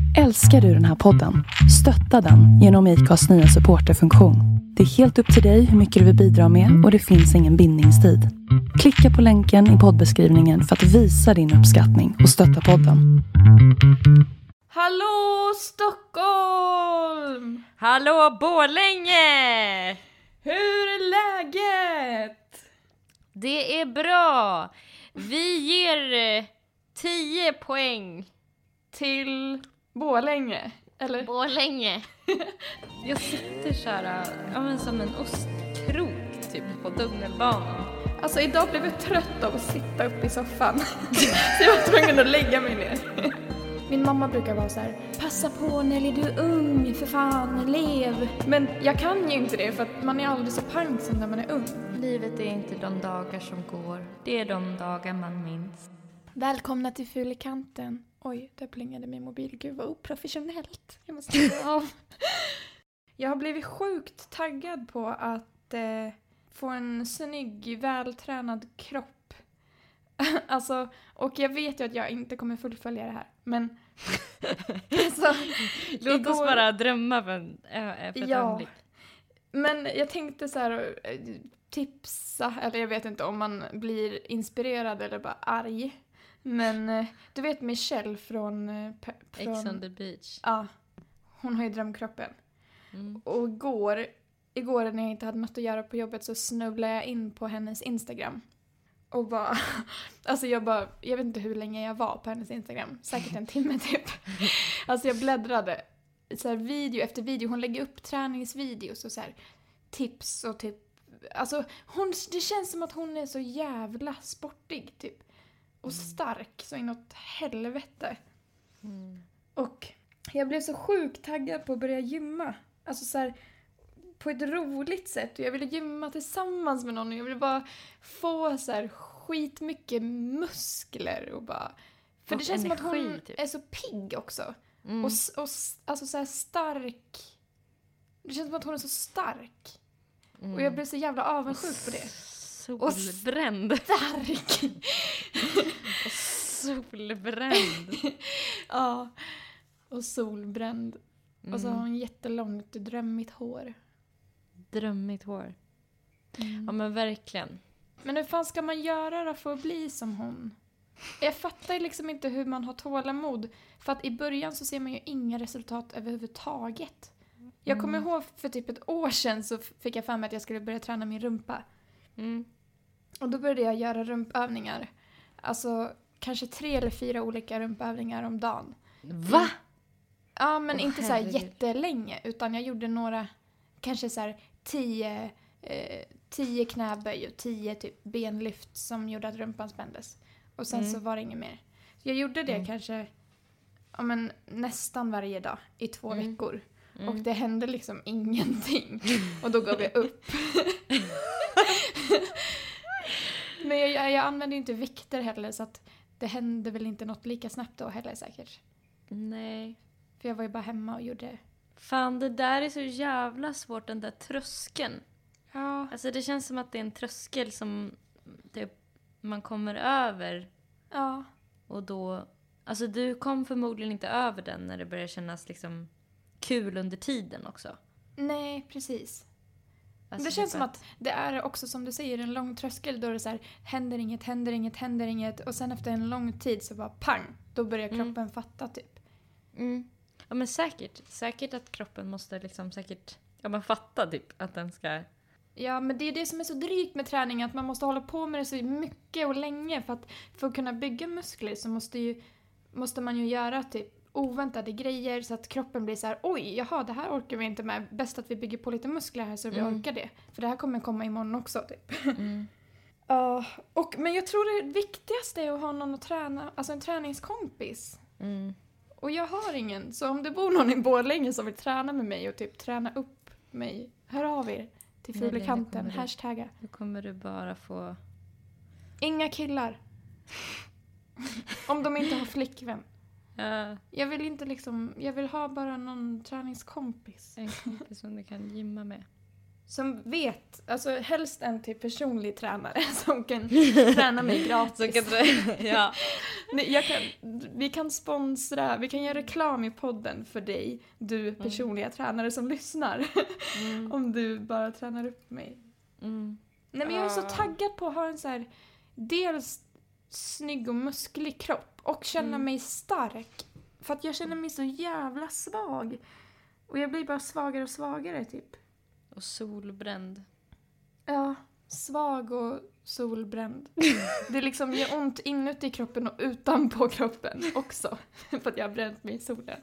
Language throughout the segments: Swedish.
Älskar du den här podden? Stötta den genom IKAs nya supporterfunktion. Det är helt upp till dig hur mycket du vill bidra med och det finns ingen bindningstid. Klicka på länken i poddbeskrivningen för att visa din uppskattning och stötta podden. Hallå Stockholm! Hallå Borlänge! Hur är läget? Det är bra. Vi ger 10 poäng Till Borlänge, eller? Borlänge. Jag sitter så här, som en ostkrok typ på tunnelbanan. Alltså idag blev jag trött av att sitta uppe i soffan. Så jag var tvungen att lägga mig ner. Min mamma brukar vara så här: passa på Nelly, du är ung, för fan, lev. Men jag kan ju inte det för att man är aldrig så pang som när man är ung. Livet är inte de dagar som går, det är de dagar man minns. Välkomna till Fulikanten. Oj, där plingade min mobil. Gud vad oprofessionellt. Jag måste stänga av. Jag har blivit sjukt taggad på att få en snygg, vältränad kropp. Alltså, och jag vet ju att jag inte kommer fullfölja det här. Men alltså, Låt oss bara drömma för ett ögonblick. Men jag tänkte så här, tipsa, eller jag vet inte om man blir inspirerad eller bara arg. Men du vet Michelle från Ex on the beach. Ja, hon har ju drömkroppen. Och igår när jag inte hade något att göra på jobbet så snubblade jag in på hennes Instagram. Och bara, alltså jag vet inte hur länge jag var på hennes Instagram. Säkert en timme typ. Alltså jag bläddrade så här video efter video. Hon lägger upp träningsvideos och så här tips och typ. Alltså det känns som att hon är så jävla sportig typ. Och stark så inåt helvete. Och jag blev så sjukt taggad på att börja gymma. Alltså så här, på ett roligt sätt. Och jag ville gymma tillsammans med någon. Och jag ville bara få så här skitmycket muskler. Och bara, för och det känns energi, som att hon typ är så pigg också. Och alltså så här stark. Det känns som att hon är så stark. Och jag blev så jävla avundsjuk på det. Solbränd. Och stark. Och solbränd. Ja. Och solbränd. Och så har hon jättelångt drömmigt hår. Drömmigt hår. Ja men verkligen. Men hur fan ska man göra då för att bli som hon? Jag fattar liksom inte hur man har tålamod. För att i början så ser man ju inga resultat överhuvudtaget. Jag kommer ihåg för typ ett år sedan så fick jag för mig att jag skulle börja träna min rumpa. Och då började jag göra rumpövningar. Alltså kanske 3 eller 4 olika rumpövningar om dagen. Va? Ja, men inte så här jättelänge. Utan jag gjorde några, kanske så här 10 knäböj och 10 typ benlyft som gjorde att rumpan spändes. Och sen så var det inget mer. Så jag gjorde det kanske nästan varje dag i 2 veckor. Och det hände liksom ingenting. Och då gav jag upp. Men jag använde ju inte vikter heller så att det hände väl inte något lika snabbt då heller säkert. Nej. För jag var ju bara hemma och gjorde. Fan, det där är så jävla svårt, den där tröskeln. Ja. Alltså det känns som att det är en tröskel som typ, man kommer över. Ja. Och då, alltså du kom förmodligen inte över den när det började kännas liksom kul under tiden också. Nej, precis. Alltså det känns som att det är också som du säger en lång tröskel då det så här händer inget och sen efter en lång tid så bara pang, då börjar kroppen fatta typ. Ja men säkert att kroppen måste liksom fatta typ att den ska. Ja, men det är det som är så drygt med träning, att man måste hålla på med det så mycket och länge för att kunna bygga muskler så måste man ju göra typ oväntade grejer så att kroppen blir så här: oj, jaha, det här orkar vi inte med. Bäst att vi bygger på lite muskler här så vi orkar det. För det här kommer komma imorgon också typ. Men jag tror det viktigaste är att ha någon att träna, alltså en träningskompis. Och jag har ingen. Så om det bor någon i Borlänge som vill träna med mig och typ träna upp mig, hör av er till Fulikanten, hashtagga. Då kommer du bara få. Inga killar. Om de inte har flickvän. Jag vill inte jag vill ha bara någon träningskompis. En kompis som du kan gymma med. som vet, alltså helst en till personlig tränare som kan träna mig gratis. Ja. Vi kan sponsra, vi kan göra reklam i podden för dig, du personliga tränare som lyssnar. Om du bara tränar upp mig. Nej, men jag är så taggad på att ha en så här, dels snygg och musklig kropp och känna mig stark. För att jag känner mig så jävla svag. Och jag blir bara svagare och svagare typ. Och solbränd. Ja, svag och solbränd. Det liksom gör ont inuti kroppen och utanpå kroppen också. För att jag har bränt mig i solen.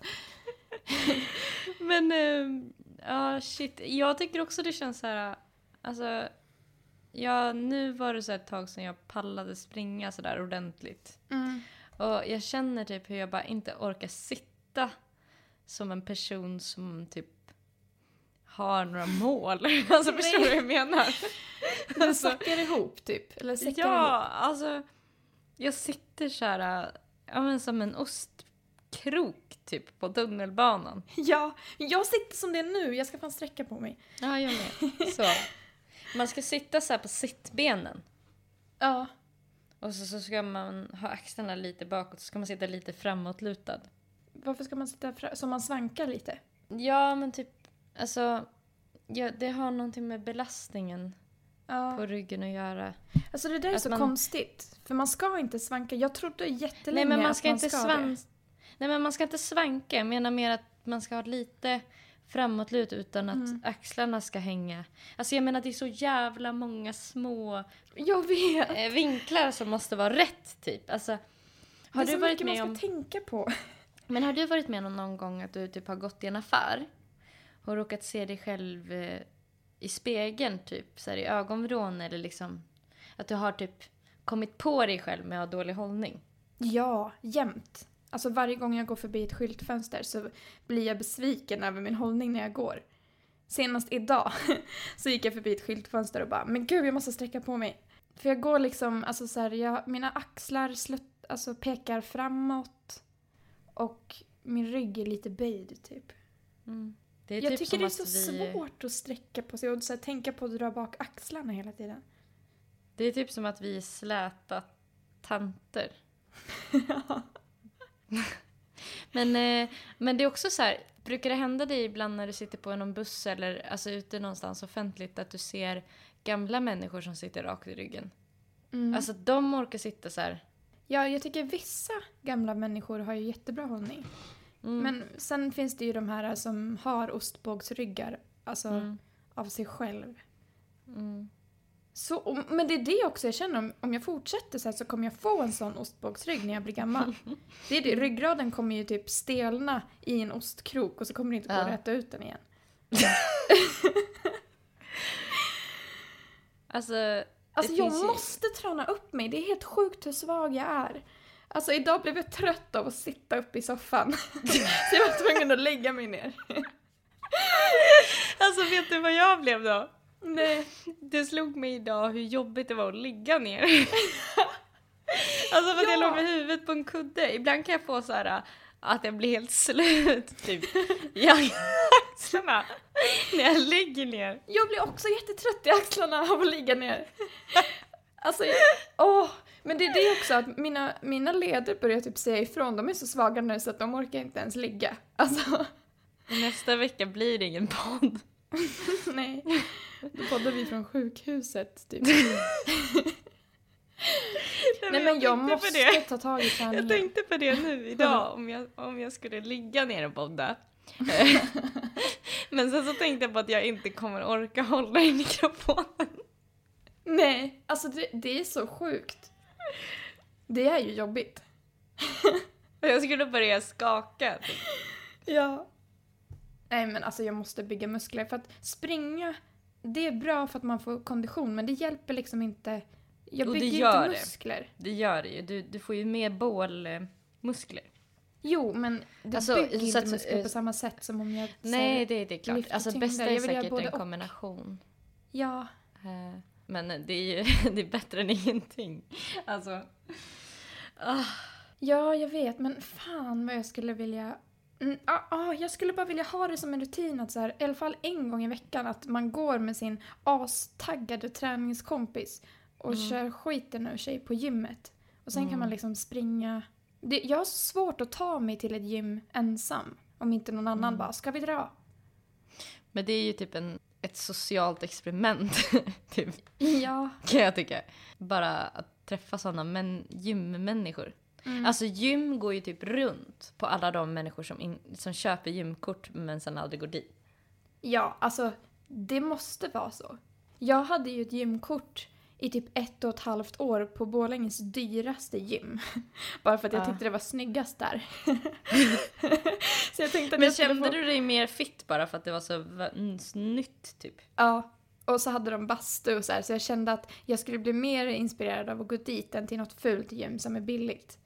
Men, ja shit. Jag tycker också det känns så här, alltså, ja, nu var det så ett tag som jag pallade springa så där ordentligt. Och jag känner typ hur jag bara inte orkar sitta som en person som typ har några mål. Alltså förstår du vad jag menar? Du sackar ihop typ? Eller säckar ja, ihop? alltså jag sitter så här, ja, men som en ostkrok typ på tunnelbanan. Ja, jag sitter som det är nu. Jag ska fan sträcka på mig. Ja, jag med. Så. Man ska sitta så här på sittbenen. Ja. Och så ska man ha axlarna lite bakåt. Så ska man sitta lite framåtlutad. Varför ska man sitta så man svankar lite? Ja, men typ, alltså, ja, det har någonting med belastningen på ryggen att göra. Alltså det där är att så konstigt. För man ska inte svanka. Jag trodde jättelänge Nej, men man att ska man inte ska det. Nej, men man ska inte svanka. Jag menar mer att man ska ha lite framåtlut utan att axlarna ska hänga. Alltså jag menar det är så jävla många små jag vet. Vinklar som måste vara rätt typ. Alltså, har du varit med man ska tänka på? Men har du varit med om någon gång att du typ har gått i en affär och råkat se dig själv i spegeln typ så här, i ögonvrån eller liksom att du har typ kommit på dig själv med att ha dålig hållning? Ja, jämt. Alltså varje gång jag går förbi ett skyltfönster så blir jag besviken över min hållning när jag går. Senast idag så gick jag förbi ett skyltfönster och bara, men gud jag måste sträcka på mig. För jag går liksom, alltså så här, mina axlar alltså pekar framåt och min rygg är lite böjd typ. Det är jag typ tycker som det är att så svårt att sträcka på sig och så här, tänka på att dra bak axlarna hela tiden. Det är typ som att vi är släta tanter. Ja. Men det är också så här, brukar det hända dig ibland när du sitter på någon buss eller alltså ute någonstans offentligt att du ser gamla människor som sitter rakt i ryggen? Alltså de orkar sitta så här. Ja, jag tycker vissa gamla människor har ju jättebra hållning. Men sen finns det ju de här som har ostbågsryggar alltså av sig själv. Så, men det är det också jag känner, om jag fortsätter så här så kommer jag få en sån ostbågsrygg när jag blir gammal. Det är det, ryggraden kommer ju typ stelna i en ostkrok och så kommer det inte gå att rätta ut den igen. Alltså jag måste träna upp mig, det är helt sjukt hur svag jag är. Alltså idag blev jag trött av att sitta upp i soffan. Så jag var tvungen att lägga mig ner. Alltså vet du vad jag blev då? Nej. Det slog mig idag hur jobbigt det var att ligga ner. Alltså för att jag låg med huvudet på en kudde. Ibland kan jag få så här att jag blir helt slut typ. Jag axlarna när jag ligger ner. Jag blir också jättetrött i axlarna av att ligga ner. Alltså, men det är det också att mina leder börjar typ säga ifrån. De är så svaga nu så att de orkar inte ens ligga. Alltså. Nästa vecka blir det ingen podd. Nej, då poddar vi från sjukhuset typ. Nej men jag måste ta tag i träningen. Jag tänkte på det nu idag om jag skulle ligga ner och podda. Men sen så tänkte jag på att jag inte kommer orka hålla i mikrofonen. Nej, alltså det är så sjukt. Det är ju jobbigt. Jag skulle börja skaka. Ja. Nej men alltså jag måste bygga muskler. För att springa, det är bra för att man får kondition. Men det hjälper liksom inte. Jag bygger inte muskler. Det gör det ju. Du får ju mer bålmuskler. Jo, men det alltså, bygger inte muskler på samma sätt som om jag... Nej, det är klart. Alltså bästa är säkert en kombination. Ja. Men det är ju det är bättre än ingenting. Alltså... Ja, jag vet. Men fan vad jag skulle vilja Jag skulle bara vilja ha det som en rutin att så här, i alla fall en gång i veckan att man går med sin astaggade träningskompis och kör skiten ur sig på gymmet. Och sen kan man liksom springa. Jag har svårt att ta mig till ett gym ensam om inte någon annan bara, ska vi dra? Men det är ju typ ett socialt experiment typ. Ja. Kan jag tycka. Bara att träffa sådana gymmänniskor. Alltså gym går ju typ runt på alla de människor som köper gymkort men sen aldrig går dit. Ja, alltså det måste vara så. Jag hade ju ett gymkort i typ 1,5 år på Borlänges dyraste gym. Bara för att jag tyckte det var snyggast där. Så jag tänkte att men kände du dig mer fit bara för att det var så nytt typ? Ja, och så hade de bastu och så här. Så jag kände att jag skulle bli mer inspirerad av att gå dit än till något fult gym som är billigt.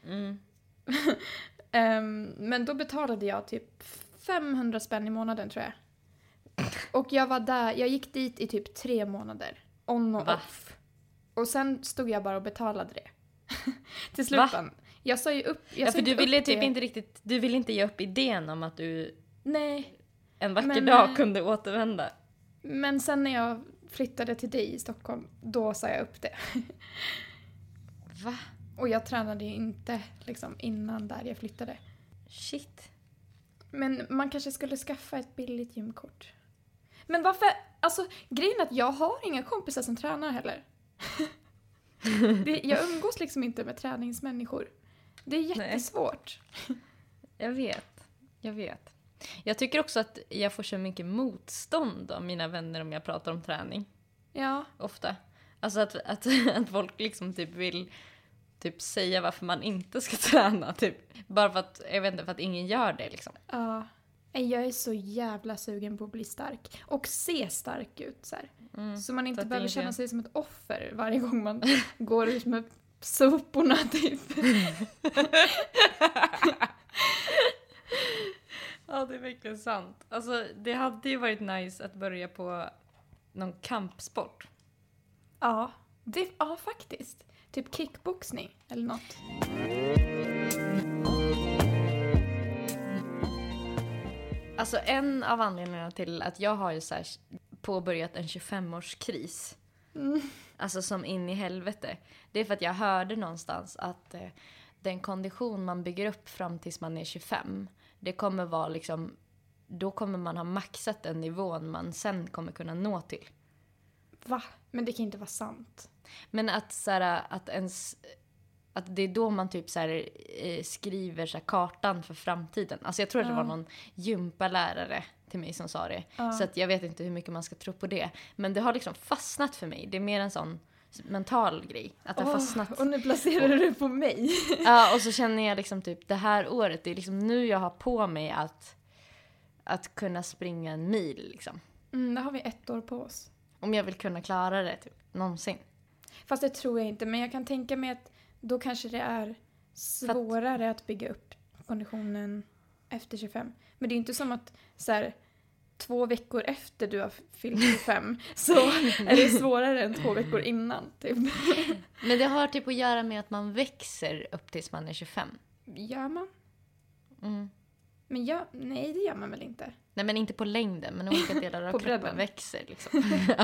Men då betalade jag typ 500 spänn i månaden tror jag. Och jag gick dit i typ 3 månader. On och off. Och sen stod jag bara och betalade det. Till slut. Jag sa ju upp. För du ville typ inte riktigt. Du ville inte ge upp idén om att du en vacker dag kunde återvända. Men sen när jag flyttade till dig i Stockholm, då sa jag upp det. Va? Och jag tränade ju inte liksom innan där jag flyttade. Shit. Men man kanske skulle skaffa ett billigt gymkort. Men varför? Alltså, grejen är att jag har inga kompisar som tränar heller. Jag umgås liksom inte med träningsmänniskor. Det är jättesvårt. Jag vet. Jag tycker också att jag får så mycket motstånd av mina vänner om jag pratar om träning. Ja. Ofta. Alltså att folk liksom typ vill typ säga varför man inte ska träna. Typ. Bara för att, jag vet inte, för att ingen gör det liksom. Ja. Jag är så jävla sugen på att bli stark. Och se stark ut så här. Så man inte behöver känna sig som ett offer varje gång man går ut med soporna typ. Ja, det är verkligen sant. Alltså, det hade ju varit nice att börja på någon kampsport. Ja, faktiskt. Typ kickboxning eller något. Alltså en av anledningarna till att jag har ju så här påbörjat en 25-årskris. Alltså som in i helvete. Det är för att jag hörde någonstans att den kondition man bygger upp fram tills man är 25, det kommer vara liksom, då kommer man ha maxat den nivån man sen kommer kunna nå till. Va? Men det kan inte vara sant. Men att så här, att det är då man typ så här, skriver så här, kartan för framtiden. Alltså jag tror att det var någon gympalärare till mig som sa det. Så att jag vet inte hur mycket man ska tro på det. Men det har liksom fastnat för mig. Det är mer en sån mental grej. Att det har fastnat. Och nu placerar du det på mig. Ja, och så känner jag liksom typ det här året. Det är liksom nu jag har på mig att kunna springa en mil liksom. Då har vi 1 år på oss. Om jag vill kunna klara det typ, någonsin. Fast det tror jag inte. Men jag kan tänka mig att då kanske det är svårare att bygga upp konditionen efter 25. Men det är inte som att så här, 2 veckor efter du har fyllt 25 så är det svårare än 2 veckor innan. Typ. Men det har typ att göra med att man växer upp tills man är 25. Gör man? Men nej, det gör man väl inte? Nej, men inte på längden, men olika delar av kroppen växer liksom.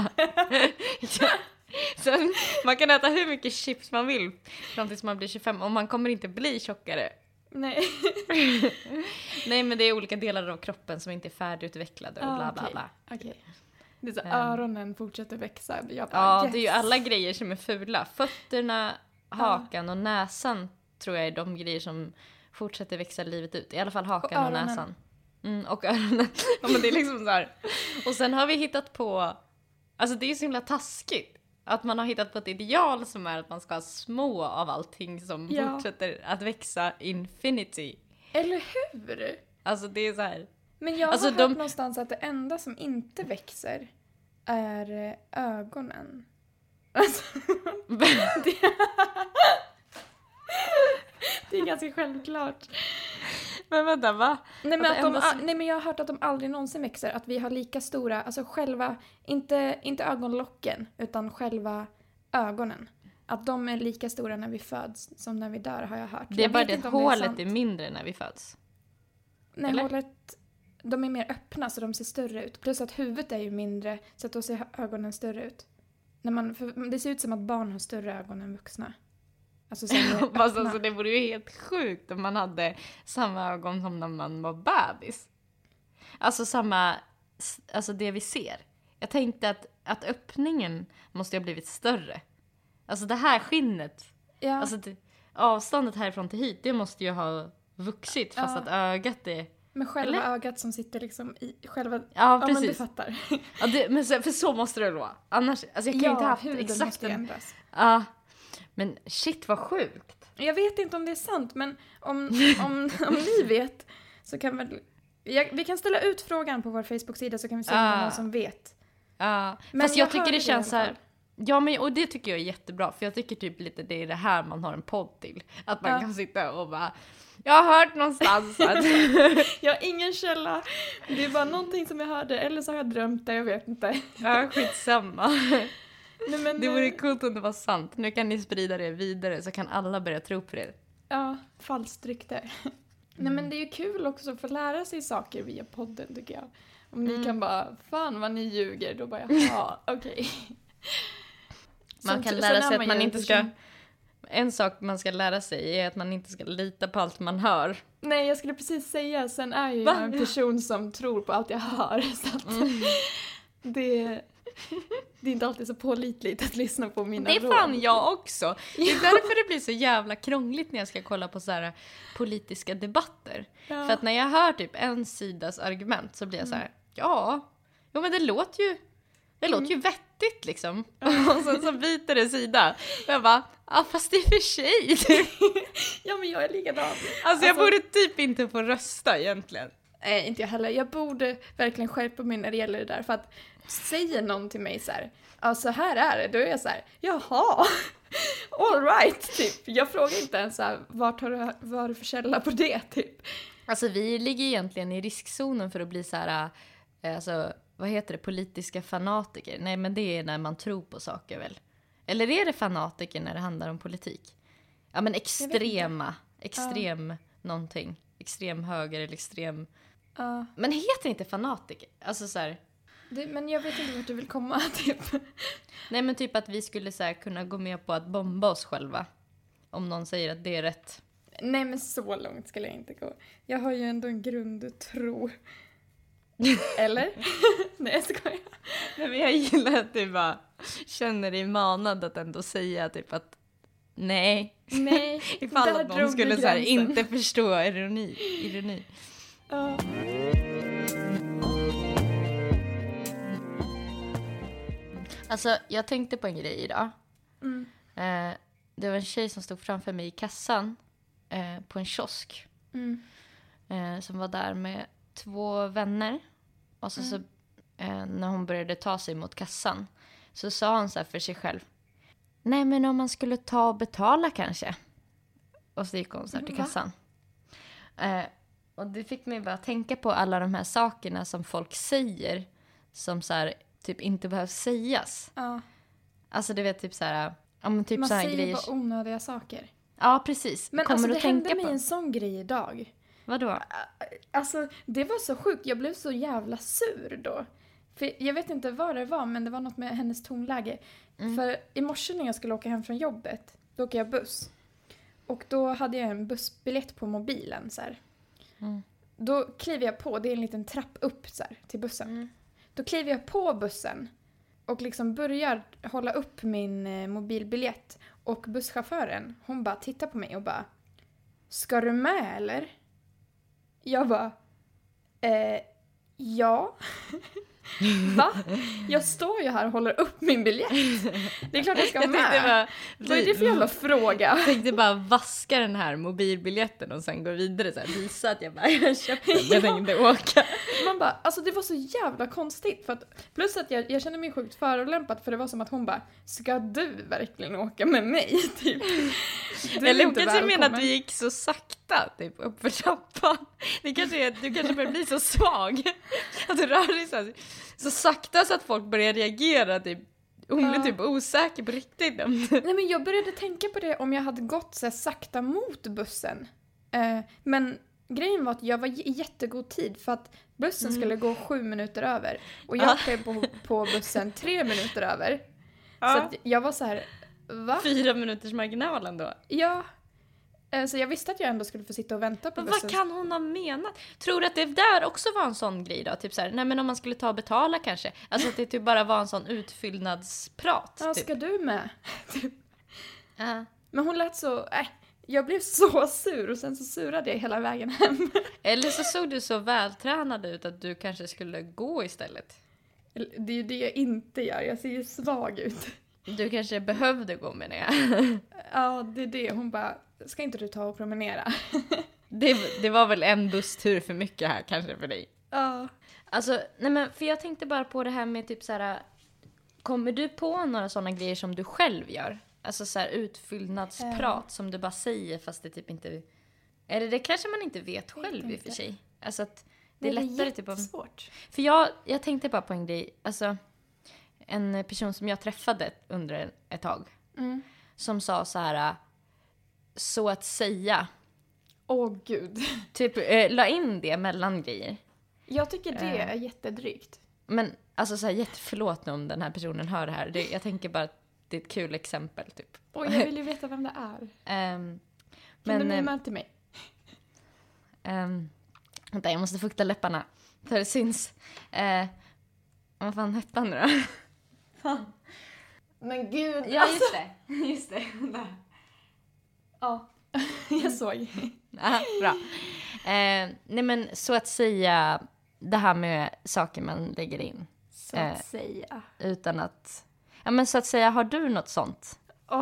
Så man kan äta hur mycket chips man vill fram tills man blir 25 och man kommer inte bli tjockare. Nej. Nej, men det är olika delar av kroppen som inte är färdigutvecklade och bla bla bla. Okay. Det är så öronen fortsätter växa. Det är ju alla grejer som är fula. Fötterna, hakan och näsan tror jag är de grejer som fortsätter växa livet ut. I alla fall hakan och näsan. Och öronen. Ja, men det är liksom så här. Och sen har vi hittat på, alltså det är så himla taskigt. Att man har hittat på ett ideal som är att man ska ha små av allting som fortsätter att växa infinity. Eller hur? Alltså det är så här. Men jag har hört någonstans att det enda som inte växer är ögonen. Alltså, det är ganska självklart. Men vänta, va? Nej, men jag har hört att de aldrig någonsin växer. Att vi har lika stora, alltså själva, inte ögonlocken, utan själva ögonen. Att de är lika stora när vi föds som när vi dör, har jag hört. Det är bara det att hålet är mindre när vi föds. Nej, hålet, de är mer öppna så de ser större ut. Plus att huvudet är ju mindre så att då ser ögonen större ut. För det ser ut som att barn har större ögon än vuxna. Alltså, alltså det vore ju helt sjukt om man hade samma ögon som när man var bebis. Alltså det vi ser. Jag tänkte att öppningen måste ha blivit större. Alltså det här skinnet. Ja. Alltså avståndet härifrån till hit, det måste ju ha vuxit fast att ögat är... Men själva ögat som sitter liksom i själva... Ja, precis. Men du fattar. Ja, för så måste det vara. Annars, alltså jag kan inte ha haft exakt en... Ja, men shit vad sjukt. Jag vet inte om det är sant, men om ni vet så kan väl... vi kan ställa ut frågan på vår Facebook-sida så kan vi se om någon som vet. Ja, fast jag tycker det känns så här... Ja, men och det tycker jag är jättebra. För jag tycker typ lite det är det här man har en podd till. Att man kan sitta och bara... Jag har hört någonstans att... Jag har ingen källa. Det är bara någonting som jag hörde. Eller så har jag drömt det, jag vet inte. Ja, skitsamma. Nej, men, det vore coolt om det var sant. Nu kan ni sprida det vidare så kan alla börja tro på det. Ja, falskt rykte. Nej, men det är ju kul också att få lära sig saker via podden tycker jag. Om ni kan bara, fan vad ni ljuger. Då bara, ja, okej. Man kan lära sig att man inte ska... En sak man ska lära sig är att man inte ska lita på allt man hör. Nej, jag skulle precis säga, sen är ju jag en person som tror på allt jag hör. Så att det är inte alltid så pålitligt att lyssna på mina råd. Det är fan jag också. Det är därför det blir så jävla krångligt när jag ska kolla på så här politiska debatter. Ja. För att när jag hör typ en sidas argument så blir jag så här, jo men det låter ju vettigt liksom. Och sen så byter det sida. Och jag bara, fast det är för sig. Ja, men jag är likadan. Alltså jag borde typ inte få rösta egentligen. Nej, inte jag heller. Jag borde verkligen skärpa mig när det gäller det där. För att säger någon till mig så här, ja så här är det. Då är jag så här, jaha, all right, typ. Jag frågar inte ens så här, vad har du för källa på det, typ. Alltså vi ligger egentligen i riskzonen för att bli så här, alltså... Vad heter det? Politiska fanatiker? Nej, men det är när man tror på saker väl? Eller är det fanatiker när det handlar om politik? Ja, men extrem någonting. Extrem höger eller extrem... Men heter det inte fanatiker? Alltså så här... Men jag vet inte vart du vill komma, typ. Nej, men typ att vi skulle så här, kunna gå med på att bomba oss själva. Om någon säger att det är rätt. Nej, men så långt skulle jag inte gå. Jag har ju ändå en grundtro. Eller? Nej, jag skojar. Nej, men jag gillar att du bara känner dig manad att ändå säga typ att nej. Ifall att någon skulle så här, inte förstå ironi. Ja. Alltså, jag tänkte på en grej idag. Det var en tjej som stod framför mig i kassan på en kiosk. Som var där med 2 vänner. Och så när hon började ta sig mot kassan så sa hon så här för sig själv. Nej, men om man skulle ta och betala kanske. Och så gick hon så här till kassan. Och det fick mig bara tänka på alla de här sakerna som folk säger. Som så här typ inte behöver sägas. Ja. Alltså du vet typ så här. Ja, typ man så här säger grejer. bara onödiga saker. Ja, precis. Men kommer alltså det hände mig på en sån grej idag. Vadå? Alltså, det var så sjukt. Jag blev så jävla sur då. För jag vet inte vad det var, men det var något med hennes tonläge. För i morse när jag skulle åka hem från jobbet, då åker jag buss. Och då hade jag en bussbiljett på mobilen, så här. Då kliver jag på, det är en liten trapp upp så här, till bussen. Då kliver jag på bussen och liksom börjar hålla upp min mobilbiljett. Och busschauffören, hon bara tittar på mig och bara, ska du med eller? Jag bara, ja. Va? Jag står ju här och håller upp min biljett. Det är klart jag ska med. Vad är det för jävla fråga? Jag tänkte bara vaska den här mobilbiljetten och sen gå vidare så här, visa att jag har köpt den. Jag tänkte åka. Man bara, alltså det var så jävla konstigt. För att, plus att jag kände mig sjukt förolämpad. För det var som att hon bara, ska du verkligen åka med mig? Typ. Eller hon kanske menar att vi gick så sakta typ, upp för trappan. Det kanske är att du kanske börjar bli så svag. Att du rör dig så sakta så att folk börjar reagera typ. Hon blir typ osäker på riktigt. Nej, men jag började tänka på det om jag hade gått så här sakta mot bussen. Men grejen var att jag var i jättegod tid för att bussen skulle gå 7 minuter över. Och jag klev på bussen 3 minuter över. Så att jag var så här, va? 4 minuters marginalen då? Ja. Så jag visste att jag ändå skulle få sitta och vänta på bussen. Vad kan hon ha menat? Tror du att det där också var en sån grej då? Typ så här, nej men om man skulle ta och betala kanske. Alltså att det typ bara var en sån utfyllnadsprat. Ja, typ. ska du med? Typ. Ja. Men hon lät så... jag blev så sur och sen så surade jag hela vägen hem. Eller så såg du så vältränad ut att du kanske skulle gå istället. Det är ju det jag inte gör. Jag ser ju svag ut. Du kanske behövde gå, menar jag. Ja, det är det. Hon bara, ska inte du ta och promenera? Det var väl en busstur för mycket här kanske för dig. Ja. Alltså, nej men för jag tänkte bara på det här med typ så här. Kommer du på några sådana grejer som du själv gör? Alltså så här utfyllnadsprat som du bara säger fast det typ inte... Eller det kanske man inte vet själv i och för sig. Alltså att det är lättare typ om... svårt. För jag tänkte bara på en grej. Alltså en person som jag träffade under ett tag. Mm. Som sa så här, så att säga. Åh gud. Typ la in det mellan grejer. Jag tycker det är jättedrygt. Men alltså så här, jätteförlåt om den här personen hör det här. Jag tänker bara att det är ett kul exempel typ. Och jag vill ju veta vem det är. Kan du mima till mig? Vänta, jag måste fukta läpparna. För det syns. Vad fan hette han nu då? Fan. Men gud. Ja, just det. Där. Ja, jag såg. Ja, bra. Nej men så att säga det här med saker man lägger in. Så att säga. Utan att... Ja men så att säga, har du något sånt?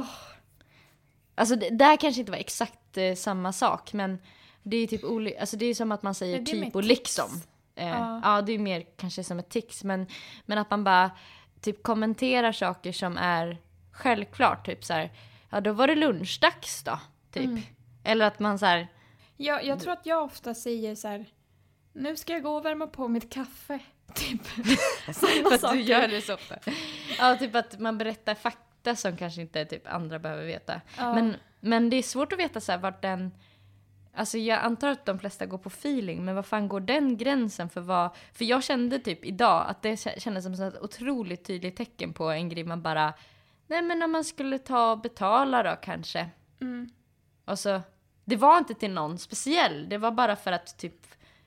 Alltså det här kanske inte var exakt samma sak, men det är typ alltså det är som att man säger typ och liksom. Ja, det är mer kanske som ett tics, men att man bara typ kommenterar saker som är självklart, typ så här, ja då var det lunchdags då, typ. Eller att man så här... Ja, jag tror att jag ofta säger så här, nu ska jag gå och värma på mitt kaffe, typ. För att du gör det så ofta. Ja, typ att man berättar fakta som kanske inte typ andra behöver veta. Men det är svårt att veta så här vart den... Alltså jag antar att de flesta går på feeling, men vad fan går den gränsen för vad... För jag kände typ idag att det kändes som ett otroligt tydligt tecken på en grej man bara... Nej men om man skulle ta och betala då kanske. Och så... Det var inte till någon speciell, det var bara för att typ...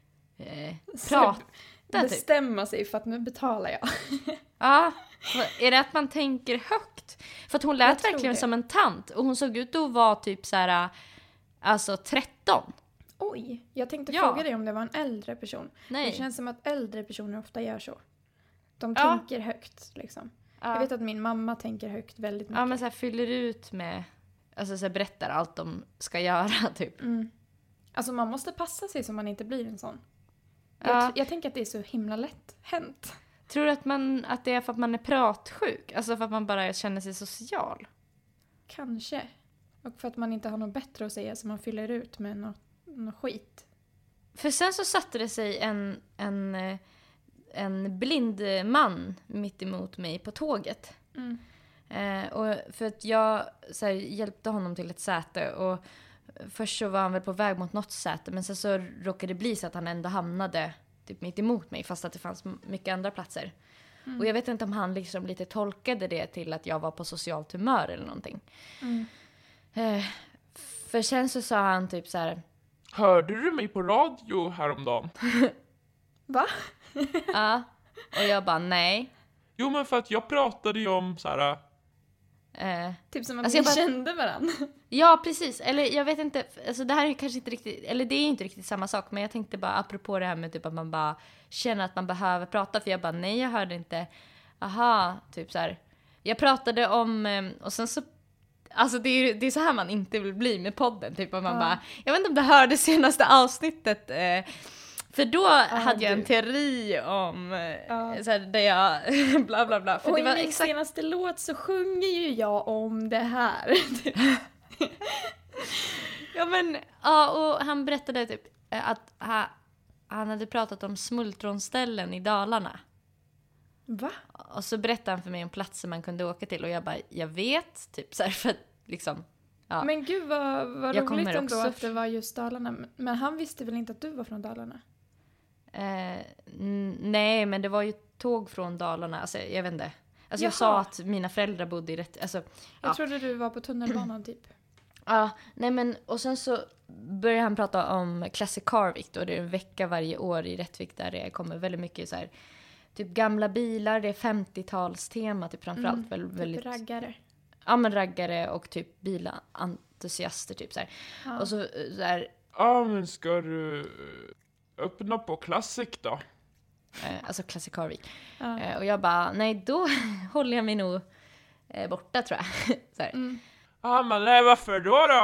prata. Bestämma sig för att nu betalar jag. Ja, är det att man tänker högt? För att hon lät verkligen som en tant. Och hon såg ut att vara typ så här, alltså 13. Oj, jag tänkte fråga dig om det var en äldre person. Nej. Det känns som att äldre personer ofta gör så. De tänker högt liksom. Jag vet att min mamma tänker högt väldigt mycket. Ja, men så här fyller ut med, alltså så här berättar allt de ska göra typ. Alltså man måste passa sig så man inte blir en sån. Jag tänker att det är så himla lätt hänt. Tror du att det är för att man är pratsjuk? Alltså för att man bara känner sig social? Kanske. Och för att man inte har något bättre att säga så man fyller ut med något skit. För sen så satte det sig en blind man mitt emot mig på tåget. Och för att jag så här, hjälpte honom till ett säte och först så var han väl på väg mot något säte, men sen så råkade det bli så att han ändå hamnade typ mitt emot mig fast att det fanns mycket andra platser. Och jag vet inte om han liksom lite tolkade det till att jag var på socialt humör eller någonting. För sen så sa han typ så här: hörde du mig på radio häromdagen? Va? Ja, och jag bara nej. Jo, men för att jag pratade ju om så här... Typ som att alltså vi kände varandra. Ja, precis. Eller jag vet inte, alltså det här är kanske inte riktigt, eller det är inte riktigt samma sak, men jag tänkte bara apropå det här med typ att man bara känner att man behöver prata, för jag bara nej, jag hörde inte. Aha, typ så här. Jag pratade om, och sen så, alltså det är så här man inte vill bli med podden, typ att man bara, jag vet inte om det hörde senaste avsnittet, för då hade jag en teori om så här, där jag bla bla bla. För och det var i min senaste låt så sjunger ju jag om det här. Ja men, ja, och han berättade typ att han hade pratat om smultronställen i Dalarna. Va? Och så berättade han för mig om platser man kunde åka till och jag bara, jag vet, typ så här, för att liksom, Ja. Men gud vad Jag roligt kommer ändå också att det var just Dalarna. Men han visste väl inte att du var från Dalarna? Nej, men det var ju tåg från Dalarna. Alltså, jag vet inte. Alltså, jag sa att mina föräldrar bodde i rätt... Alltså, Jag trodde du var på tunnelbanan typ. Ja, nej men och sen så började han prata om Classic Car Week då. Det är en vecka varje år i Rättvik där det kommer väldigt mycket så här typ gamla bilar, det är 50-talstema typ framförallt väldigt Typ raggare. Ja, men raggare och typ bilentusiaster typ så här. Ja. Och så här Ja, men ska du öppna på Classic då? alltså Classic Car Week. Ja. Och jag bara nej, då håller jag mig nog borta tror jag. Så här. Ja, men nej, varför då?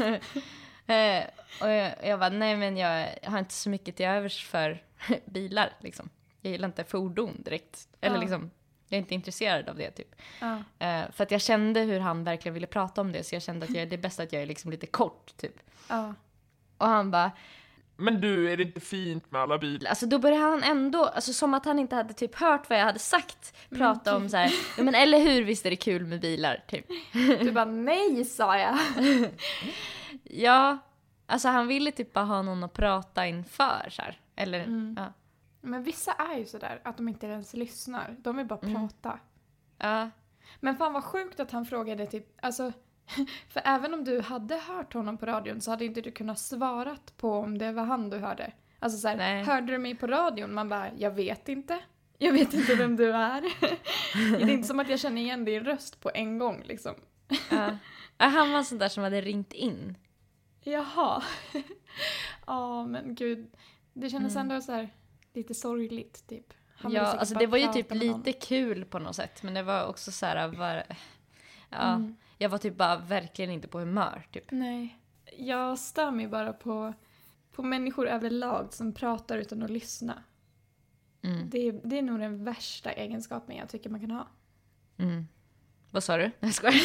Och jag bara, nej men jag har inte så mycket till övers för bilar liksom. Jag gillar inte fordon direkt. Eller liksom, jag är inte intresserad av det typ. För att jag kände hur han verkligen ville prata om det. Så jag kände att det är bäst att jag är liksom lite kort typ. Och han bara, Men du, är det inte fint med alla bilar? alltså då började han ändå, alltså som att han inte hade typ hört vad jag hade sagt, prata om så här, ja, men eller hur, visst är det kul med bilar typ. Du bara, nej sa jag. Ja, alltså han ville typ bara ha någon att prata inför så här. Eller, ja. Men vissa är ju sådär att de inte ens lyssnar. De vill bara prata. Ja. Men fan vad sjukt att han frågade typ, alltså, för även om du hade hört honom på radion så hade inte du kunnat svarat på om det var han du hörde. Alltså såhär, Nej. hörde du mig på radion? Man bara, jag vet inte. Jag vet inte vem du är. Det är inte som att jag känner igen din röst på en gång liksom. Ja. Han var sån där som hade ringt in. Jaha. Ja, men gud. Det kändes ändå så här lite sorgligt typ. Han ville Ja, säkert alltså bara det var ju prata typ med någon. lite kul på något sätt. Men det var också så här, jag var typ bara verkligen inte på humör typ. Nej. Jag stör mig bara på människor överlag som pratar utan att lyssna. Det är nog den värsta egenskapen jag tycker man kan ha. Vad sa du? Jag skojar.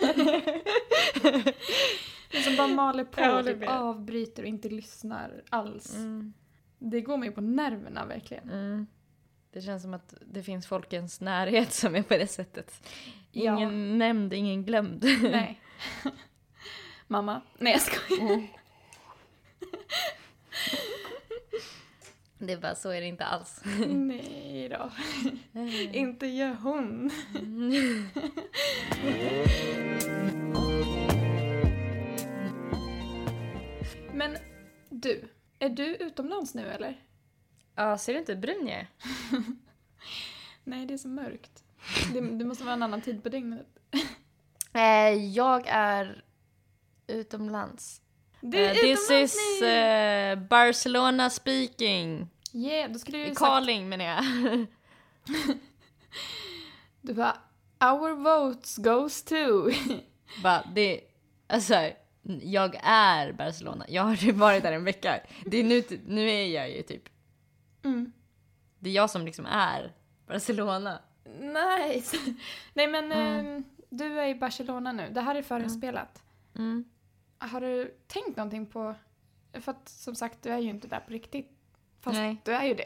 Som bara maler på Jag och håller typ med. avbryter och inte lyssnar alls. Det går mig på nerverna verkligen. Det känns som att det finns folkens närhet som är på det sättet. Ingen nämnd, ingen glömd. Nej. Mamma. Nej, jag skojar. Det är bara, så är det inte alls. Nej då. Inte gör hon. Men du, är du utomlands nu eller? Ja, ser du inte hur brun jag är? Nej, det är så mörkt. Det måste vara en annan tid på dygnet. Jag är utomlands. Du är This utomlands is nu! Barcelona speaking. Yeah, då skulle du sagt... Calling menar jag. Du bara, our votes goes to... Bara, det, alltså, jag är Barcelona. Jag har typ varit där en vecka. Det är nu är jag ju typ. Det är jag som liksom är Barcelona. Nice! Nej men, du är i Barcelona nu. Det här är förinspelat. Har du tänkt någonting på... För att som sagt, du är ju inte där på riktigt. Fast Nej. du är ju det.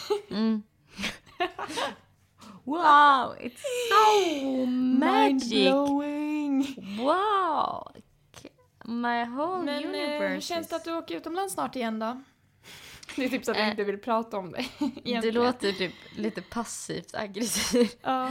Wow, it's so magic. Mind-blowing! Wow. My whole Men universe. hur känns det att du åker utomlands snart igen då? Det är typ så att jag inte vill prata om det. Egentligen. Det låter typ lite passivt aggressivt. Ja.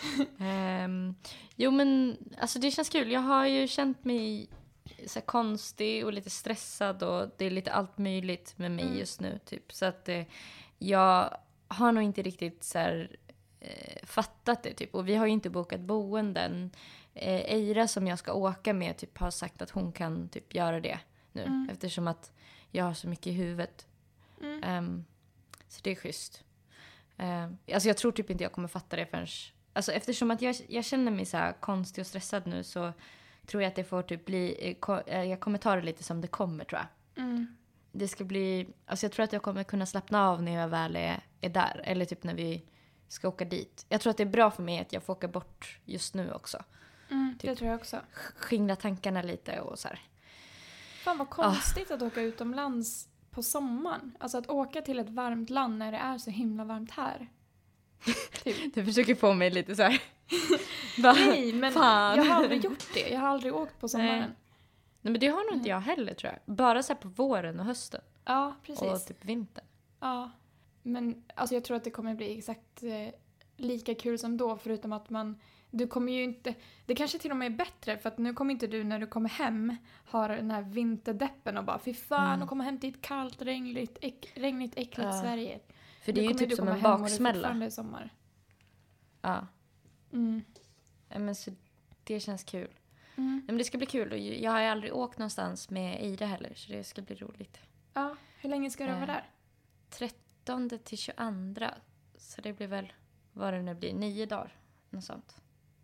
Jo men alltså det känns kul. Jag har ju känt mig så här konstig och lite stressad och det är lite allt möjligt med mig just nu typ. Så att jag har nog inte riktigt så här, fattat det typ. Och vi har ju inte bokat boenden. Eira som jag ska åka med typ har sagt att hon kan typ göra det nu. Eftersom att jag har så mycket i huvudet. Så det är schysst. Alltså jag tror typ inte jag kommer fatta det förrän... Alltså eftersom att jag känner mig så här konstig och stressad nu så tror jag att det får typ bli... Jag kommer ta det lite som det kommer tror jag. Det ska bli... Alltså jag tror att jag kommer kunna slappna av när jag väl är där. Eller typ när vi ska åka dit. Jag tror att det är bra för mig att jag får åka bort just nu också. Typ Det tror jag också. skingra tankarna lite och så här. Fan vad konstigt att åka utomlands på sommaren. Alltså att åka till ett varmt land när det är så himla varmt här. Typ. Du försöker få mig lite så här. Nej, men Fan. jag har aldrig gjort det. Jag har aldrig åkt på sommaren. Nej, men det har nog inte jag heller, tror jag. Bara så här på våren och hösten. Ja, precis. Och typ vintern. Ja, men alltså jag tror att det kommer bli exakt lika kul som då, förutom att du kommer ju inte, det kanske till och med är bättre, för att nu kommer inte du när du kommer hem ha den här vinterdeppen och bara fy fan och komma hem till ett kallt, regnigt, äckligt Sverige. För det är ju typ som en baksmälla. Det är sommar. Ja. Ja, men så det känns kul. Men det ska bli kul, och jag har ju aldrig åkt någonstans med Eira heller, så det ska bli roligt. Ja, hur länge ska du vara där? 13 till 22. Så det blir väl, vad det nu blir, 9 dagar. Något sånt.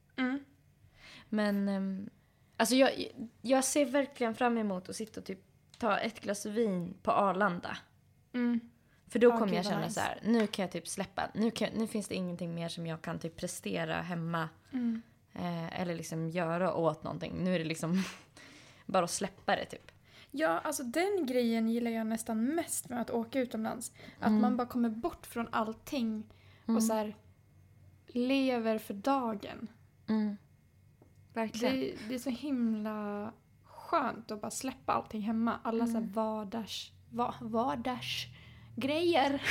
Men alltså jag ser verkligen fram emot att sitta och typ ta ett glas vin på Arlanda. För då kommer jag känna så här, nu kan jag typ släppa. Nu finns det ingenting mer som jag kan typ prestera hemma. Eller liksom göra åt någonting. Nu är det liksom bara att släppa det typ. Ja, alltså den grejen gillar jag nästan mest med att åka utomlands. Att man bara kommer bort från allting och så här lever för dagen. Verkligen. Det är så himla skönt att bara släppa allting hemma. Alla så här vardagsgrejer.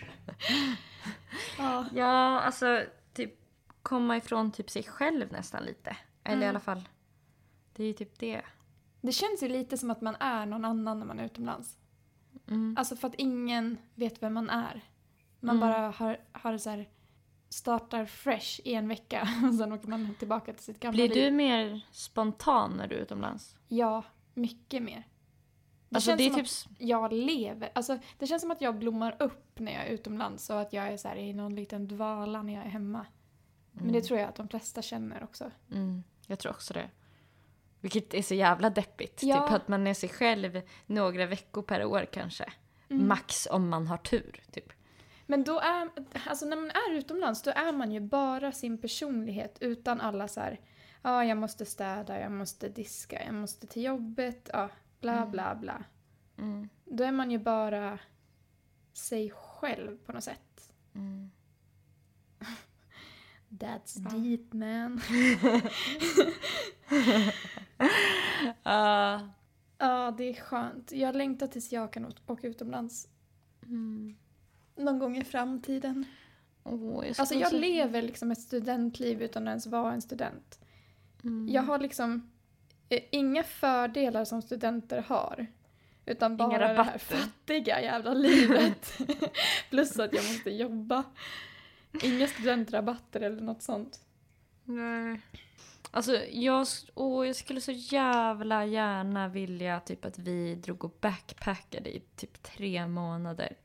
Ja, alltså typ komma ifrån typ sig själv nästan lite. Eller i alla fall, det är ju typ det. Det känns ju lite som att man är någon annan när man är utomlands. Alltså för att ingen vet vem man är. Man bara har så här, startar fresh i en vecka och sen åker man tillbaka till sitt gamla liv. Blir du mer spontan när du är utomlands? Ja, mycket mer. Det alltså känns det är som typ... att jag lever. Alltså det känns som att jag blommar upp när jag är utomlands och att jag är så här i någon liten dvala när jag är hemma. Men det tror jag att de flesta känner också. Jag tror också det. Vilket är så jävla deppigt. Ja. Typ att man är sig själv några veckor per år kanske. Max om man har tur, typ. Men då alltså när man är utomlands, då är man ju bara sin personlighet utan alla så här, jag måste städa, jag måste diska, jag måste till jobbet, bla bla bla. Då är man ju bara sig själv på något sätt. That's deep, man. Ja, det är skönt. Jag längtar tills jag kan åka utomlands. Någon gång i framtiden. Jag lever liksom ett studentliv utan att ens vara en student. Jag har liksom inga fördelar som studenter har. Utan bara det här fattiga jävla livet. Plus att jag måste jobba. Inga studentrabatter eller något sånt. Nej. Alltså jag skulle så jävla gärna vilja typ att vi drog och backpackade i typ 3 månader.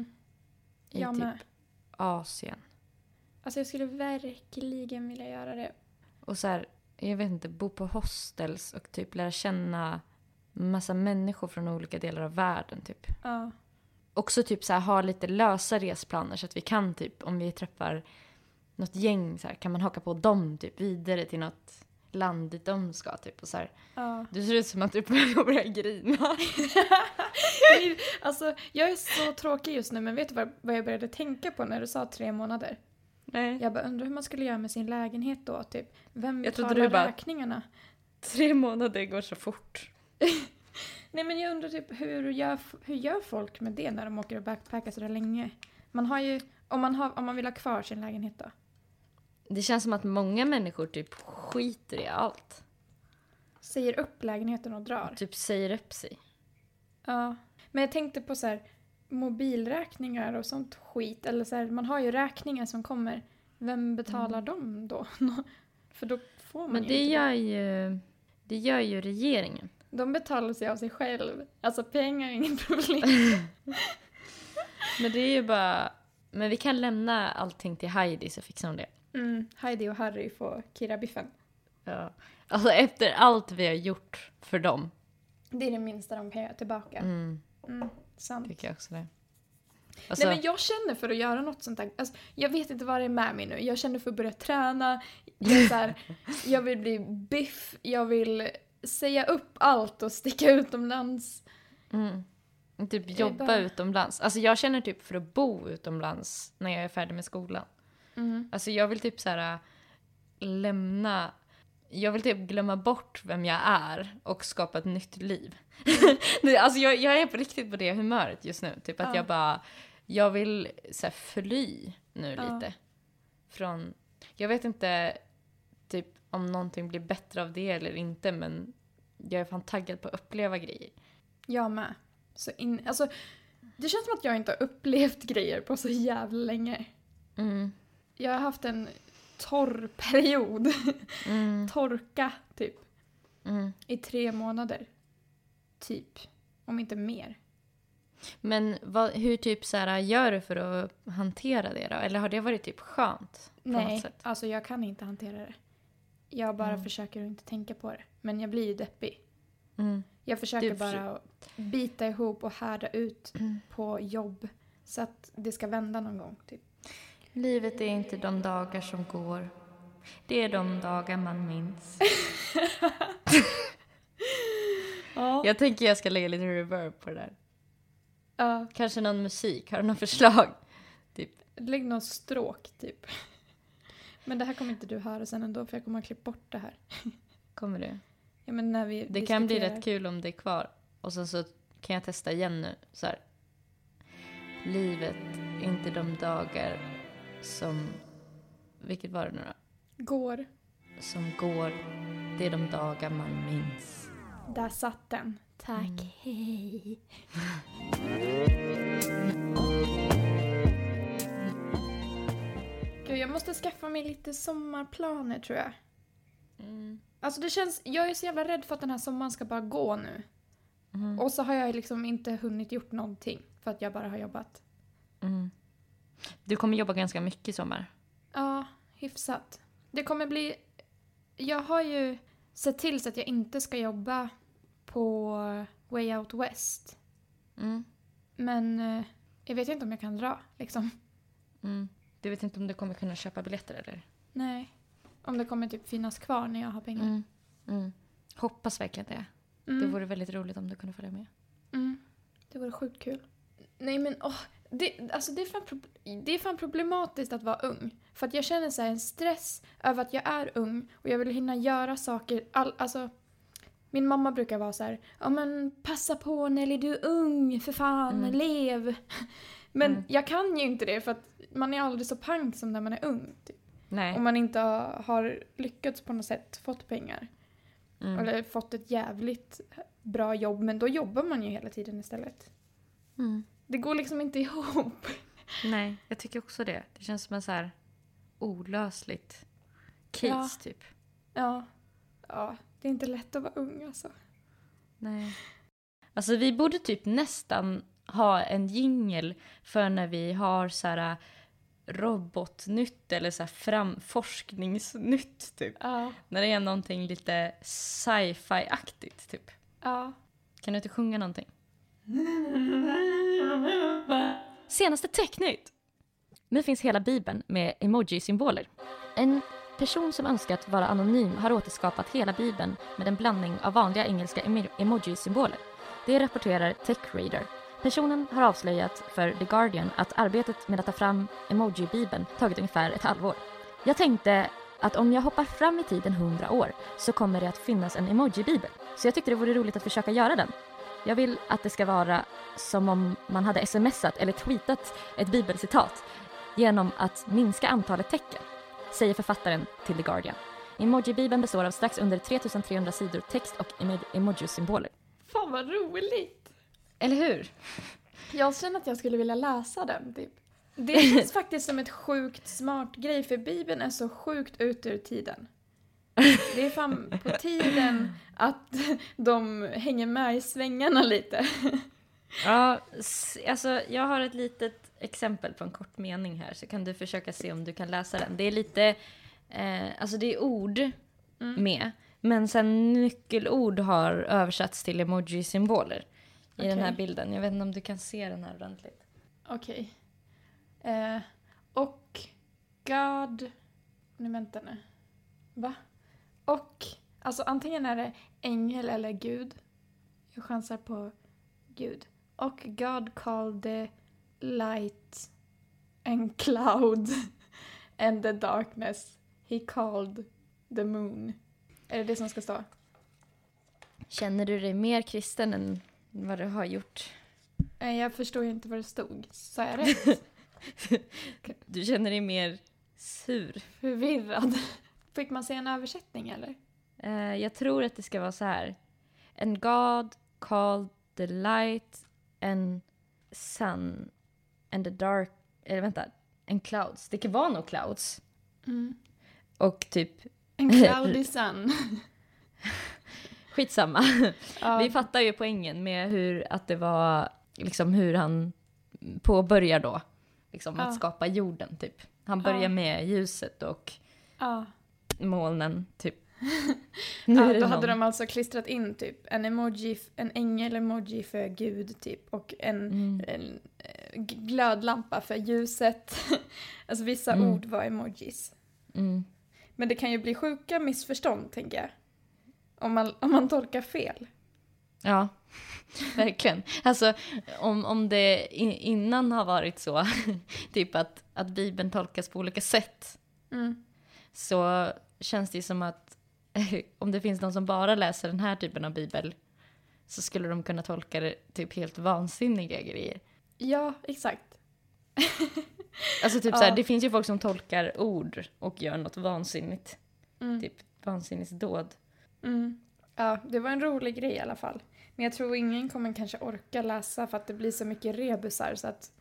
I jag typ med. Asien. Alltså jag skulle verkligen vilja göra det. Och så här, jag vet inte, bo på hostels och typ lära känna massa människor från olika delar av världen typ. Ja. Också typ så här, ha lite lösa resplaner så att vi kan typ, om vi träffar något gäng så här, kan man haka på dem typ vidare till något land dit de ska typ och så här. Ja. Du ser ut som att du börjar grina. Alltså jag är så tråkig just nu, men vet du vad jag började tänka på när du sa 3 månader? Nej. Jag bara undrar hur man skulle göra med sin lägenhet då typ. Vem betalar betalar räkningarna? 3 månader går så fort. Nej, men jag undrar typ hur gör folk med det när de åker och backpackar så där länge? Man har ju, om man vill ha kvar sin lägenhet då. Det känns som att många människor typ skiter i allt. Säger upp lägenheten och drar. Typ säger upp sig. Ja, men jag tänkte på så här mobilräkningar och sånt skit. Eller så här, man har ju räkningar som kommer. Vem betalar dem då? För då får man men ju det inte det gör ju regeringen. De betalar sig av sig själv. Alltså pengar är inget problem. Men det är ju bara... Men vi kan lämna allting till Heidi så fixar hon det. Heidi och Harry får kira biffen. Ja. Alltså efter allt vi har gjort för dem. Det är det minsta de kan göra tillbaka. Sant. Tycker jag också det. Alltså... Nej, men jag känner för att göra något sånt där. Alltså, jag vet inte vad det är med mig nu. Jag känner för att börja träna. Jag vill bli biff. Jag vill säga upp allt och sticka utomlands. Typ jobba utomlands. Alltså jag känner typ för att bo utomlands när jag är färdig med skolan. Alltså jag vill typ så här lämna... jag vill typ glömma bort vem jag är och skapa ett nytt liv. Alltså jag är på riktigt på det humöret just nu. Typ att jag vill så här, fly nu lite. Från, jag vet inte typ om någonting blir bättre av det eller inte, men jag är fan taggad på att uppleva grejer. Jag med. Alltså, det känns som att jag inte har upplevt grejer på så jävla länge. Jag har haft en torr period. Torka, typ. I 3 månader. Typ. Om inte mer. Men hur typ så här, gör du för att hantera det då? Eller har det varit typ skönt? Nej, alltså jag kan inte hantera det. Jag bara försöker att inte tänka på det. Men jag blir ju deppig. Jag försöker bara bita ihop och härda ut på jobb. Så att det ska vända någon gång, typ. Livet är inte de dagar som går. Det är de dagar man minns. Jag tänker jag ska lägga lite reverb på det där. Kanske någon musik. Har du någon förslag? Typ. Lägg någon stråk, typ. Men det här kommer inte du höra sen ändå, för jag kommer att klippa bort det här. Kommer du? Ja, men när vi det diskuterar. Kan bli rätt kul om det är kvar. Och sen så kan jag testa igen nu. Så här. Livet är inte de dagar som... Vilket var det nu då? Går. Som går. Det är de dagar man minns. Där satt den. Tack. Hej. Gud, jag måste skaffa mig lite sommarplaner, tror jag. Alltså det känns... Jag är så jävla rädd för att den här sommaren ska bara gå nu. Och så har jag liksom inte hunnit gjort någonting. För att jag bara har jobbat. Du kommer jobba ganska mycket i sommar. Ja, hyfsat. Det kommer bli... Jag har ju sett till så att jag inte ska jobba på Way Out West. Men jag vet inte om jag kan dra, liksom. Du vet inte om du kommer kunna köpa biljetter, eller? Nej. Om det kommer typ finnas kvar när jag har pengar. Hoppas verkligen det. Det vore väldigt roligt om du kunde följa med. Det vore sjukt kul. Nej, men det är fan problematiskt att vara ung. För att jag känner så här en stress över att jag är ung. Och jag vill hinna göra saker. Alltså, min mamma brukar vara så här: ja, men passa på Nelly, du är ung, för fan, lev. Men jag kan ju inte det, för att man är aldrig så pank som när man är ung. Typ. Nej. Om man inte har lyckats på något sätt, fått pengar. Eller fått ett jävligt bra jobb. Men då jobbar man ju hela tiden istället. Det går liksom inte ihop. Nej, jag tycker också det. Det känns som en så här olösligt case, typ. Ja, det är inte lätt att vara ung, alltså. Nej. Alltså vi borde typ nästan ha en jingle för när vi har så här robotnytt eller så här forskningsnytt, typ. När det är någonting lite sci-fi-aktigt, typ. Kan du inte sjunga någonting? Senaste Technytt. Nu finns hela Bibeln med emoji-symboler. En person som önskat vara anonym har återskapat hela Bibeln med en blandning av vanliga engelska emoji-symboler. Det rapporterar TechRadar. Personen har avslöjat för The Guardian att arbetet med att ta fram emoji-bibeln tagit ungefär ett halvår. Jag tänkte att om jag hoppar fram i tiden 100 år så kommer det att finnas en emoji-bibel. Så jag tyckte det vore roligt att försöka göra den. Jag vill att det ska vara som om man hade smsat eller tweetat ett bibelcitat genom att minska antalet tecken, säger författaren till The Guardian. Emoji-bibeln består av strax under 3300 sidor text och emoji-symboler. Fan vad roligt! Eller hur? Jag känner att jag skulle vilja läsa den, typ. Det känns faktiskt som ett sjukt smart grej, för Bibeln är så sjukt ut ur tiden. Det är fan på tiden att de hänger med i svängarna lite. Ja, alltså jag har ett litet exempel på en kort mening här, så kan du försöka se om du kan läsa den. Det är lite, alltså det är ord med, men sen nyckelord har översatts till emoji-symboler i den här bilden. Jag vet inte om du kan se den här ordentligt. Okej. Och God... Nu vänta nu. Va? Och... Alltså antingen är det ängel eller Gud. Jag chansar på Gud. Och God called the light and cloud and the darkness. He called the moon. Är det som ska stå? Känner du dig mer kristen än vad du har gjort? Jag förstår ju inte vad det stod. Så är det. Du känner dig mer sur? Förvirrad. Fick man se en översättning eller? Jag tror att det ska vara så här. And God called the light and sun and the dark... Eller vänta. And clouds. Det kan vara nog clouds. Mm. Och typ... En cloudy sun. Skitsamma. Ja. Vi fattar ju poängen med att det var liksom hur han påbörjar då. Liksom att skapa jorden typ. Han börjar med ljuset och molnen typ. Då hade de alltså klistrat in typ en emoji, en ängel-emoji för Gud typ. Och en glödlampa för ljuset. Alltså vissa ord var emojis. Mm. Men det kan ju bli sjuka missförstånd, tänker jag. Om man tolkar fel. Ja, verkligen. Alltså om det innan har varit så typ att Bibeln tolkas på olika sätt så känns det som att om det finns någon som bara läser den här typen av Bibel så skulle de kunna tolka det typ helt vansinniga grejer. Ja, exakt. Alltså typ så här, det finns ju folk som tolkar ord och gör något vansinnigt. Typ vansinnesdåd. Ja, det var en rolig grej i alla fall. Men jag tror ingen kommer kanske orka läsa för att det blir så mycket rebusar så att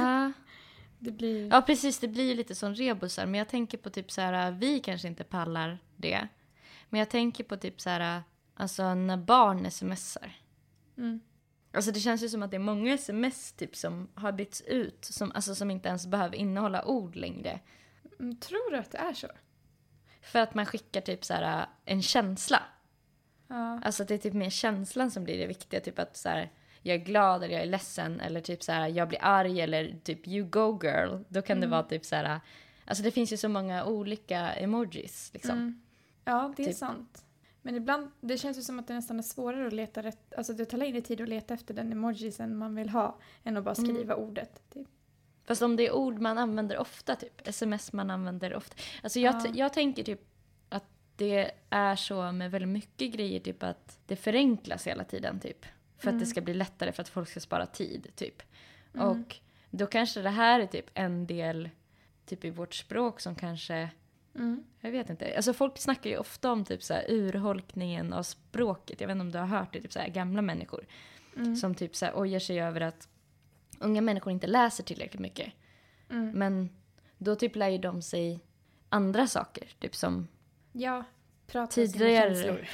det blir... Ja, precis. Det blir ju lite som rebusar. Men jag tänker på typ så här, vi kanske inte pallar det. Men jag tänker på typ så här, alltså när barn smsar. Alltså det känns ju som att det är många sms typ som har bytts ut. Som inte ens behöver innehålla ord längre. Tror du att det är så? För att man skickar typ så här en känsla. Ja. Alltså det är typ mer känslan som blir det viktiga. Typ att så här, jag är glad eller jag är ledsen. Eller typ så här, jag blir arg eller typ you go girl. Då kan det vara typ så här. Alltså det finns ju så många olika emojis liksom. Ja, det är typ. Sant. Men ibland, det känns ju som att det nästan är svårare att leta rätt. Alltså det tar längre tid att leta efter den emojisen man vill ha. Än att bara skriva ordet. Typ. Fast om det är ord man använder ofta typ. Sms man använder ofta. Alltså jag tänker typ att det är så med väldigt mycket grejer. Typ att det förenklas hela tiden typ. För att det ska bli lättare för att folk ska spara tid typ. Och då kanske det här är typ en del typ i vårt språk som kanske... Jag vet inte. Alltså folk snackar ju ofta om typ så här urholkningen av språket. Jag vet inte om du har hört det, typ så här gamla människor. Som typ så här ojar sig över att unga människor inte läser tillräckligt mycket. Men då typ lär ju de sig andra saker. Typ som prata tidigare. sina känslor.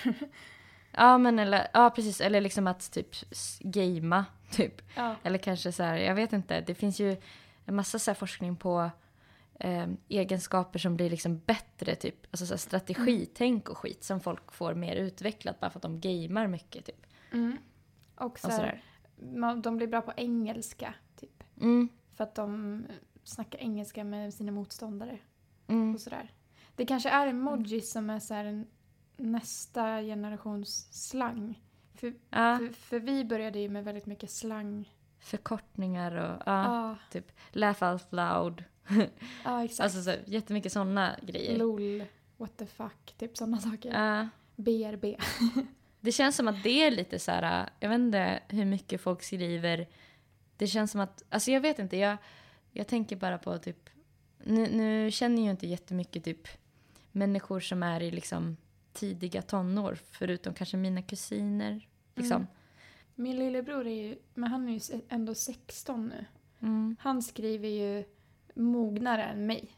Ja, precis. Eller liksom att typ gamea. Typ. Ja. Eller kanske så här, jag vet inte. Det finns ju en massa så här forskning på egenskaper som blir liksom bättre. Typ. Alltså så här strategitänk och skit som folk får mer utvecklat bara för att de gamear mycket. Typ. Och så här, de blir bra på engelska. Typ. För att de snackar engelska med sina motståndare. Och sådär. Det kanske är emojis som är så här en nästa generations slang. För vi började ju med väldigt mycket slang. Förkortningar och typ laugh out loud. Ja, exakt. Alltså så, jättemycket sådana grejer. LOL, what the fuck, typ sådana saker. BRB. Det känns som att det är lite så här, jag vet inte hur mycket folk skriver. Det känns som att, alltså jag vet inte, jag tänker bara på typ, nu känner jag ju inte jättemycket typ människor som är i liksom tidiga tonår, förutom kanske mina kusiner. Liksom. Min lillebror är ju, men han är ju ändå 16 nu. Han skriver ju mognare än mig.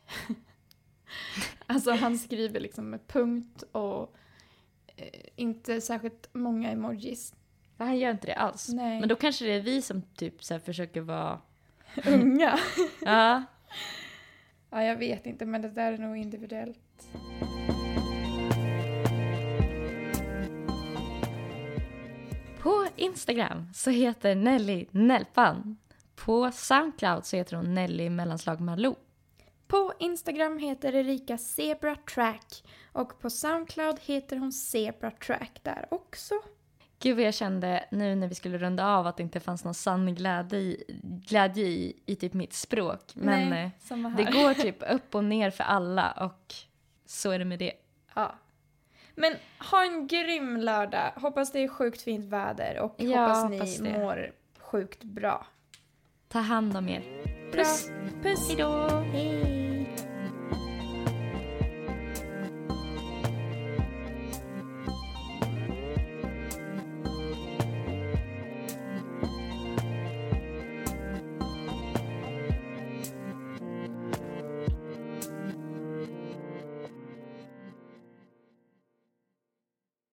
Alltså han skriver liksom med punkt och inte särskilt många emojis. Han gör inte det alls. Nej. Men då kanske det är vi som typ så här försöker vara unga. Ja, jag vet inte, men det där är nog individuellt. På Instagram så heter Nelly Nelpan. På Soundcloud så heter hon Nelly mellanslag Malou. På Instagram heter Erika Zebra Track. Och på Soundcloud heter hon Zebra Track där också. Gud vad jag kände nu när vi skulle runda av att det inte fanns någon sann glädje i typ mitt språk. Men nej, det går typ upp och ner för alla och så är det med det. Ja. Men ha en grym lördag. Hoppas det är sjukt fint väder och hoppas ni mår sjukt bra. Ta hand om er. Puss. Puss. Hejdå. Hej.